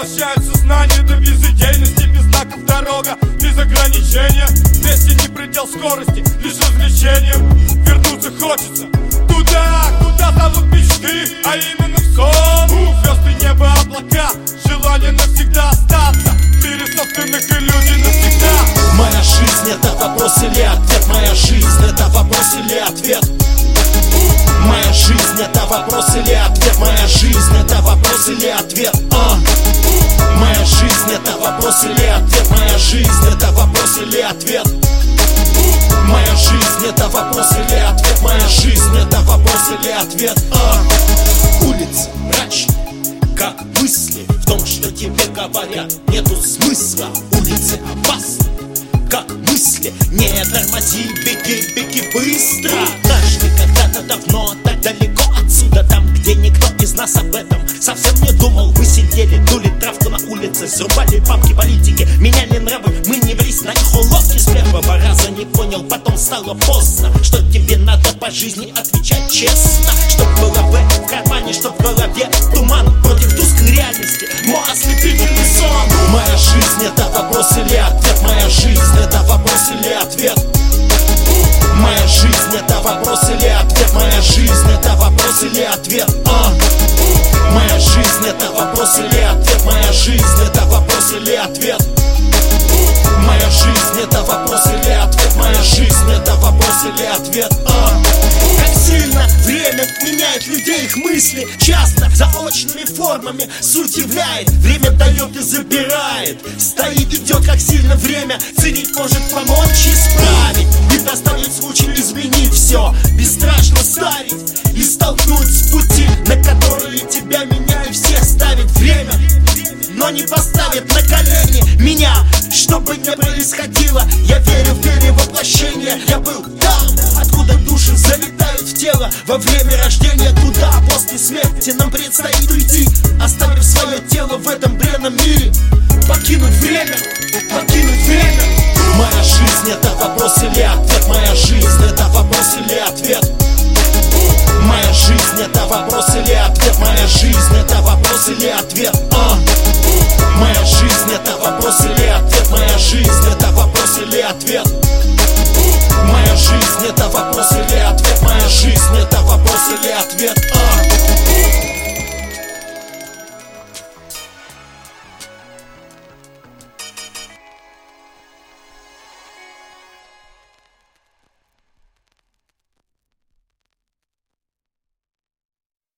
Поглощает сознание до безидейности, без знаков дорога, без ограничения. Вместе не предел скорости, лишь развлечением. Вернуться хочется туда, куда зовут мечты, а именно в сон. Звезды, небо, облака, желание навсегда остаться в мире собственных иллюзий навсегда. Моя жизнь — это вопрос или ответ. Моя жизнь — это вопрос или ответ. Моя жизнь — это вопрос или ответ. Моя жизнь — это вопрос или ответ. Моя жизнь — это вопрос или ответ. Моя жизнь — это вопрос или ответ. Моя жизнь — это вопрос или ответ. Моя жизнь — это вопрос или ответ. Улица мрачная, как мысли в том, что тебе говорят, нету смысла. Улицы опасны, как мысли. Не тормози, беги, беги быстро. Однажды, когда-то давно, так далеко отсюда, там, где никто из нас об этом совсем не думал. Мы сидели, дули травку на улице, срубали бабки политики, меняли нравы. Мы не врись на их уловки, с первого раза не понял, потом стало поздно, что тебе надо по жизни отвечать честно. Чтоб было в кармане, чтоб в голове туман против тусклой реальности, мой ослепительный сон. Моя жизнь — это вопрос или ответ. Моя жизнь — это вопрос или ответ. Моя жизнь — это вопрос или ответ. Моя жизнь — это вопрос или ответ. Моя жизнь — это вопрос или ответ. Моя жизнь — это вопрос или ответ. Моя жизнь — это вопрос или ответ. Моя жизнь — это вопрос или ответ. Как сильно время меняет людей, их мысли часто заочными формами суть являет. Время дает и забирает, стоит, идет, как сильно время ценить может, помочь исправить и доставить случай изменить все, бесстрашно старить и столкнуть с пути, на которые тебя, меня и всех ставит время, но не поставит на колени меня. Что бы ни происходило, я верю в перевоплощение. Я был там, откуда души залетают в тело во время рождения, туда после смерти нам предстоит уйти, оставив свое тело в этом бренном мире. Покинуть время, покинуть время. Моя жизнь — это вопрос или ответ. Моя жизнь — это вопрос или ответ. Моя жизнь — это вопрос или ответ. Моя жизнь — это вопрос или ответ.